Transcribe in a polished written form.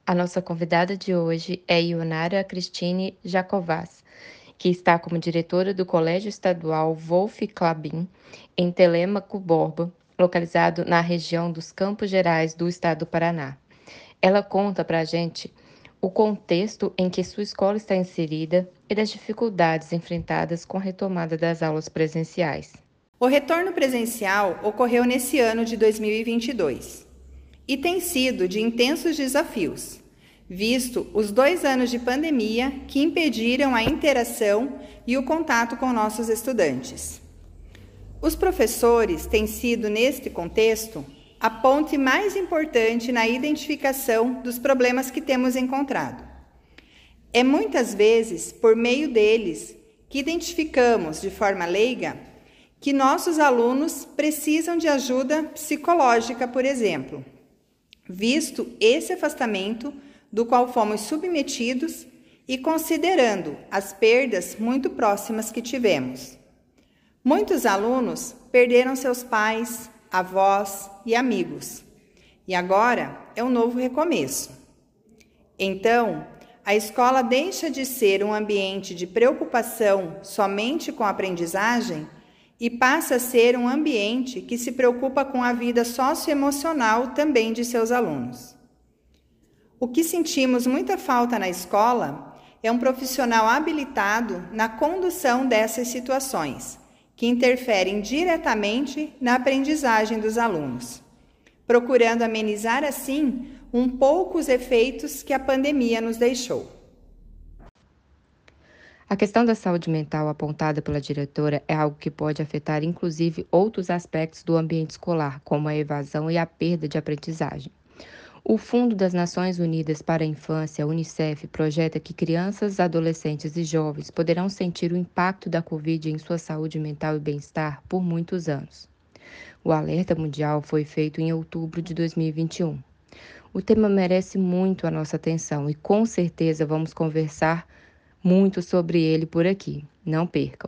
A nossa convidada de hoje é Ionara Cristine Jacovaz, que está como diretora do Colégio Estadual Wolf Clabin, em Telêmaco Borba, localizado na região dos Campos Gerais do estado do Paraná. Ela conta para a gente o contexto em que sua escola está inserida e das dificuldades enfrentadas com a retomada das aulas presenciais. O retorno presencial ocorreu nesse ano de 2022 e tem sido de intensos desafios, visto os 2 anos de pandemia que impediram a interação e o contato com nossos estudantes. Os professores têm sido, neste contexto, a ponte mais importante na identificação dos problemas que temos encontrado. É muitas vezes por meio deles que identificamos de forma leiga que nossos alunos precisam de ajuda psicológica, por exemplo, visto esse afastamento do qual fomos submetidos e considerando as perdas muito próximas que tivemos. Muitos alunos perderam seus pais, avós e amigos, e agora é um novo recomeço. Então, a escola deixa de ser um ambiente de preocupação somente com a aprendizagem e passa a ser um ambiente que se preocupa com a vida socioemocional também de seus alunos. O que sentimos muita falta na escola é um profissional habilitado na condução dessas situações, que interferem diretamente na aprendizagem dos alunos, procurando amenizar assim um pouco os efeitos que a pandemia nos deixou. A questão da saúde mental apontada pela diretora é algo que pode afetar inclusive outros aspectos do ambiente escolar, como a evasão e a perda de aprendizagem. O Fundo das Nações Unidas para a Infância, Unicef, projeta que crianças, adolescentes e jovens poderão sentir o impacto da Covid em sua saúde mental e bem-estar por muitos anos. O alerta mundial foi feito em outubro de 2021. O tema merece muito a nossa atenção e com certeza vamos conversar muito sobre ele por aqui. Não percam!